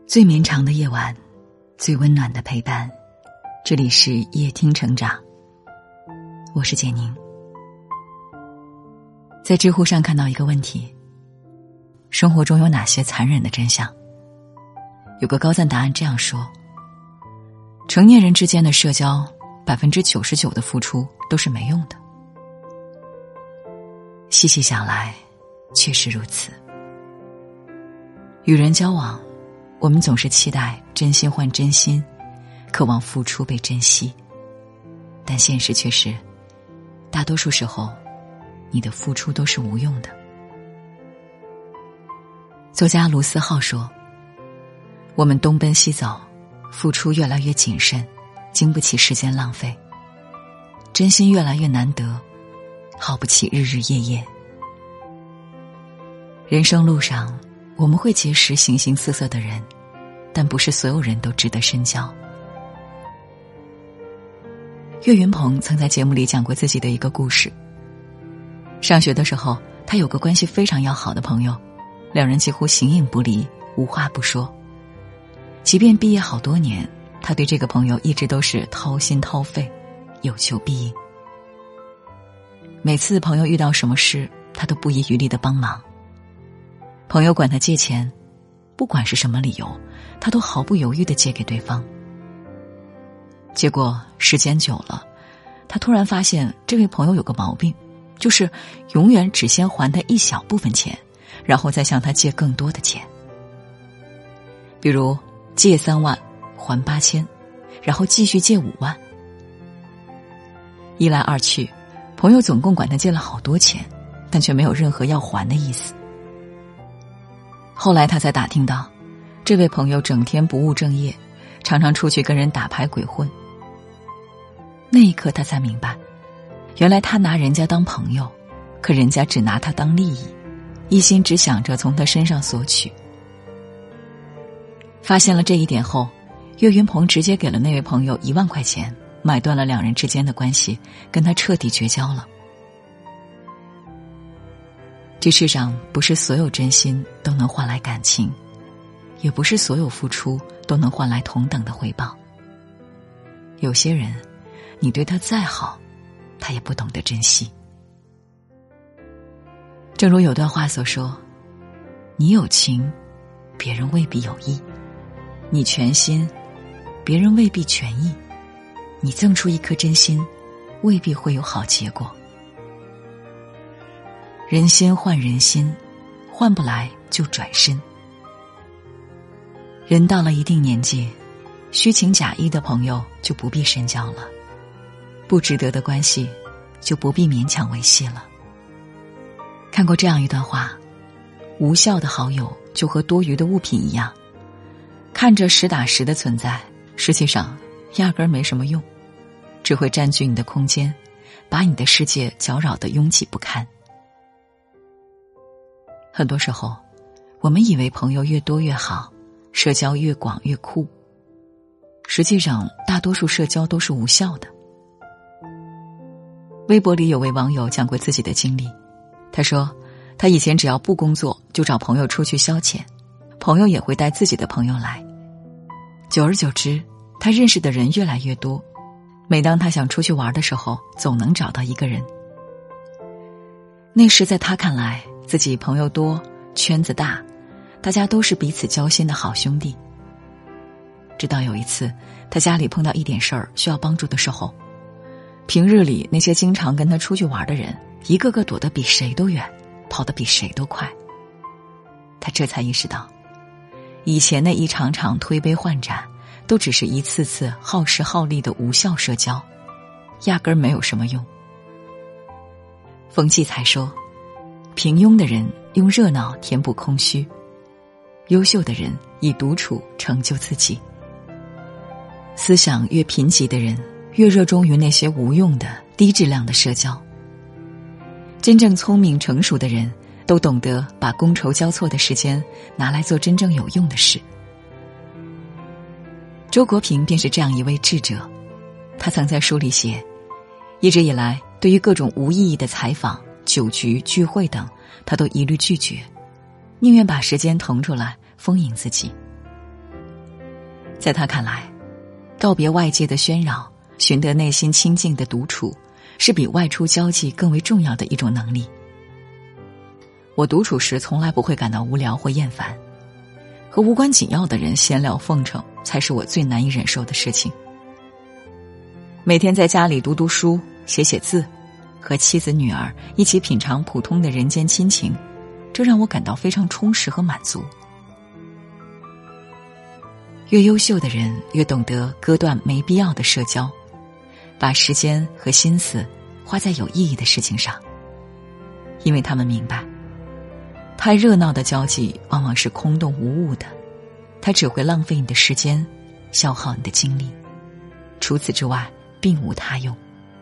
最绵长的夜晚，最温暖的陪伴。这里是夜听成长，我是简宁。在知乎上看到一个问题：生活中有哪些残忍的真相？有个高赞答案这样说：成年人之间的社交，99%的付出都是没用的。细细想来，确实如此。与人交往，我们总是期待真心换真心，渴望付出被珍惜，但现实却是，大多数时候，你的付出都是无用的。作家卢思浩说：我们东奔西走，付出越来越谨慎，经不起时间浪费，真心越来越难得，耗不起日日夜夜。人生路上，我们会结识形形色色的人，但不是所有人都值得深交。岳云鹏曾在节目里讲过自己的一个故事。上学的时候，他有个关系非常要好的朋友，两人几乎形影不离，无话不说。即便毕业好多年，他对这个朋友一直都是掏心掏肺，有求必应。每次朋友遇到什么事，他都不遗余力地帮忙。朋友管他借钱，不管是什么理由，他都毫不犹豫地借给对方。结果时间久了，他突然发现这位朋友有个毛病，就是永远只先还他一小部分钱，然后再向他借更多的钱。比如借3万还8000，然后继续借5万。一来二去，朋友总共管他借了好多钱，但却没有任何要还的意思。后来他才打听到，这位朋友整天不务正业，常常出去跟人打牌鬼混。那一刻他才明白，原来他拿人家当朋友，可人家只拿他当利益，一心只想着从他身上索取。发现了这一点后，岳云鹏直接给了那位朋友1万块钱，买断了两人之间的关系，跟他彻底绝交了。这世上不是所有真心都能换来感情，也不是所有付出都能换来同等的回报。有些人，你对他再好，他也不懂得珍惜。正如有段话所说：你有情，别人未必有意；你全心，别人未必全意；你赠出一颗真心，未必会有好结果。人心换人心，换不来就转身。人到了一定年纪，虚情假意的朋友就不必深交了，不值得的关系就不必勉强维系了。看过这样一段话：无效的好友就和多余的物品一样，看着实打实的存在，实际上压根儿没什么用，只会占据你的空间，把你的世界搅扰得拥挤不堪。很多时候，我们以为朋友越多越好，社交越广越酷，实际上大多数社交都是无效的。微博里有位网友讲过自己的经历，他说他以前只要不工作就找朋友出去消遣，朋友也会带自己的朋友来。久而久之，他认识的人越来越多，每当他想出去玩的时候，总能找到一个人。那时在他看来，自己朋友多，圈子大，大家都是彼此交心的好兄弟。直到有一次，他家里碰到一点事儿需要帮助的时候，平日里那些经常跟他出去玩的人，一个个躲得比谁都远，跑得比谁都快。他这才意识到，以前那一场场推杯换盏，都只是一次次耗时耗力的无效社交，压根儿没有什么用。冯骥才说，平庸的人用热闹填补空虚，优秀的人以独处成就自己。思想越贫瘠的人，越热衷于那些无用的低质量的社交。真正聪明成熟的人，都懂得把觥筹交错的时间拿来做真正有用的事。周国平便是这样一位智者，他曾在书里写，一直以来对于各种无意义的采访、酒局、聚会等，他都一律拒绝，宁愿把时间腾出来丰盈自己。 在他看来，告别外界的喧扰，寻得内心清静的独处，是比外出交际更为重要的一种能力。我独处时从来不会感到无聊或厌烦，和无关紧要的人闲聊奉承才是我最难以忍受的事情。每天在家里读读书，写写字，和妻子女儿一起品尝普通的人间亲情，这让我感到非常充实和满足。越优秀的人越懂得割断没必要的社交，把时间和心思花在有意义的事情上，因为他们明白，太热闹的交际往往是空洞无物的，它只会浪费你的时间，消耗你的精力，除此之外并无他用。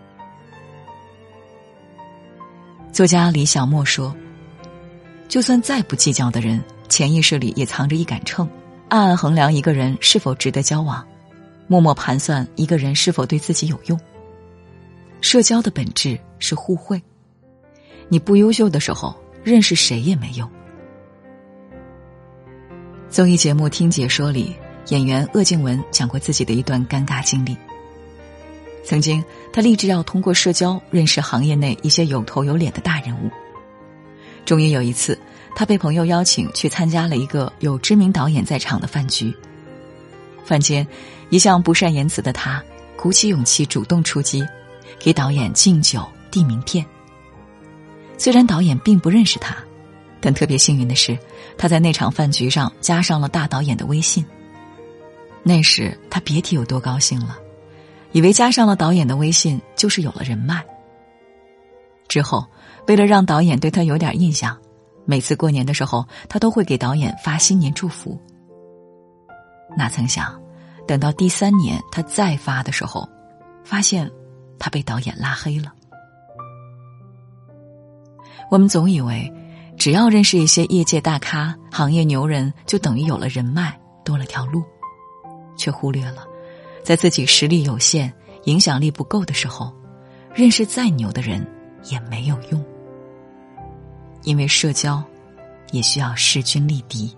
作家李小沫说，就算再不计较的人，潜意识里也藏着一杆秤，暗暗衡量一个人是否值得交往，默默盘算一个人是否对自己有用。社交的本质是互惠，你不优秀的时候，认识谁也没用。综艺节目《听解说》里，演员鄂靖文讲过自己的一段尴尬经历。曾经他立志要通过社交认识行业内一些有头有脸的大人物。终于有一次，他被朋友邀请去参加了一个有知名导演在场的饭局。饭间，一向不善言辞的他鼓起勇气主动出击，给导演敬酒递名片。虽然导演并不认识他，但特别幸运的是，他在那场饭局上加上了大导演的微信。那时他别提有多高兴了，以为加上了导演的微信就是有了人脉。之后为了让导演对他有点印象，每次过年的时候他都会给导演发新年祝福。哪曾想，等到第3年他再发的时候，发现他被导演拉黑了。我们总以为只要认识一些业界大咖、行业牛人，就等于有了人脉，多了条路，却忽略了在自己实力有限、影响力不够的时候，认识再牛的人也没有用。因为社交也需要势均力敌，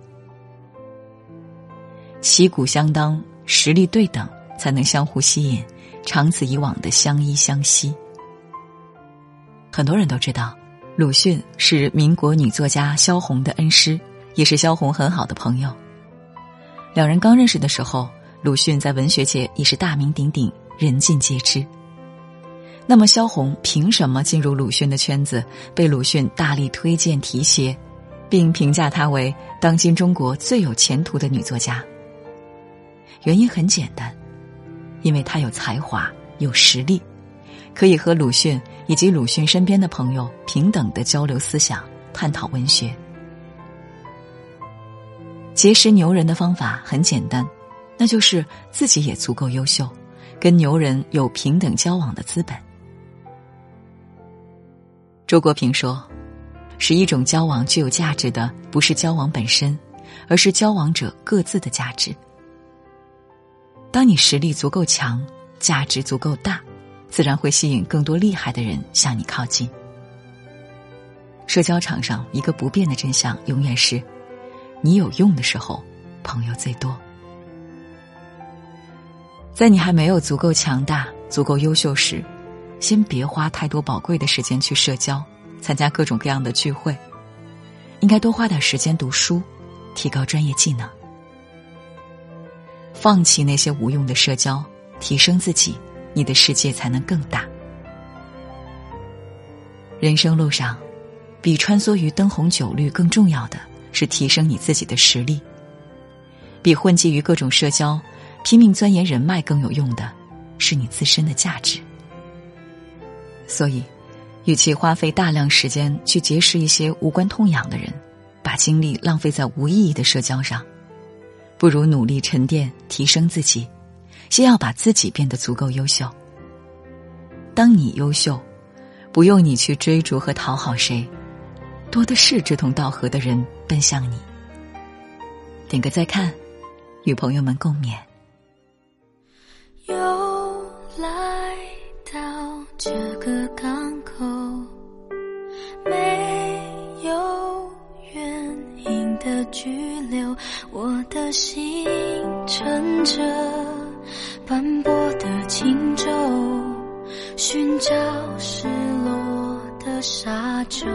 旗鼓相当，实力对等，才能相互吸引，长此以往的相依相惜。很多人都知道，鲁迅是民国女作家萧红的恩师，也是萧红很好的朋友。两人刚认识的时候，鲁迅在文学界已是大名鼎鼎，人尽皆知。那么萧红凭什么进入鲁迅的圈子，被鲁迅大力推荐提携，并评价她为当今中国最有前途的女作家？原因很简单，因为她有才华，有实力，可以和鲁迅以及鲁迅身边的朋友平等地交流思想，探讨文学。结识牛人的方法很简单，那就是自己也足够优秀，跟牛人有平等交往的资本。周国平说，使一种交往具有价值的，不是交往本身，而是交往者各自的价值。当你实力足够强，价值足够大，自然会吸引更多厉害的人向你靠近。社交场上一个不变的真相永远是，你有用的时候，朋友最多。在你还没有足够强大、足够优秀时，先别花太多宝贵的时间去社交，参加各种各样的聚会，应该多花点时间读书，提高专业技能。放弃那些无用的社交，提升自己，你的世界才能更大。人生路上，比穿梭于灯红酒绿更重要的是提升你自己的实力，比混迹于各种社交、拼命钻研人脉更有用的是你自身的价值。所以，与其花费大量时间去结识一些无关痛痒的人，把精力浪费在无意义的社交上，不如努力沉淀提升自己，先要把自己变得足够优秀。当你优秀，不用你去追逐和讨好谁，多的是志同道合的人奔向你。点个再看，与朋友们共勉。 又来到这个港口，没有原因的的拘留，我的心乘着斑驳的轻舟，寻找失落的沙洲。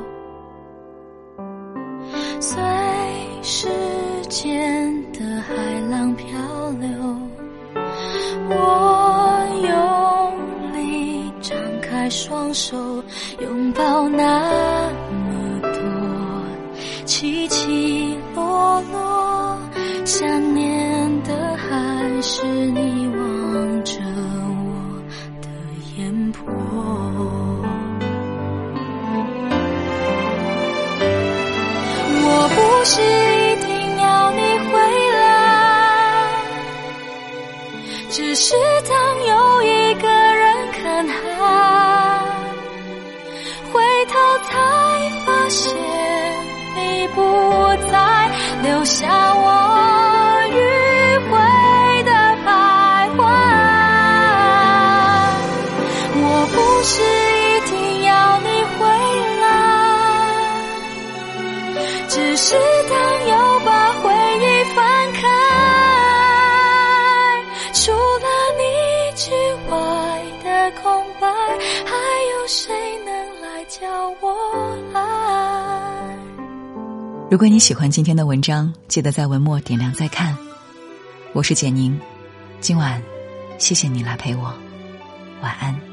随时间的海浪漂流，我用力张开双手，拥抱那么多起起落落，想念的还是你望着我的眼波。我不是一定要你回来，只是当有一个人看海，回头才发现你不在，留下我迂回的徘徊。我不是一定要你回来，只是当又把回忆翻开，除了你之外的空白，还有谁能来教我爱？ 如果你喜欢今天的文章，记得在文末点亮再看。我是简宁，今晚谢谢你来陪我，晚安。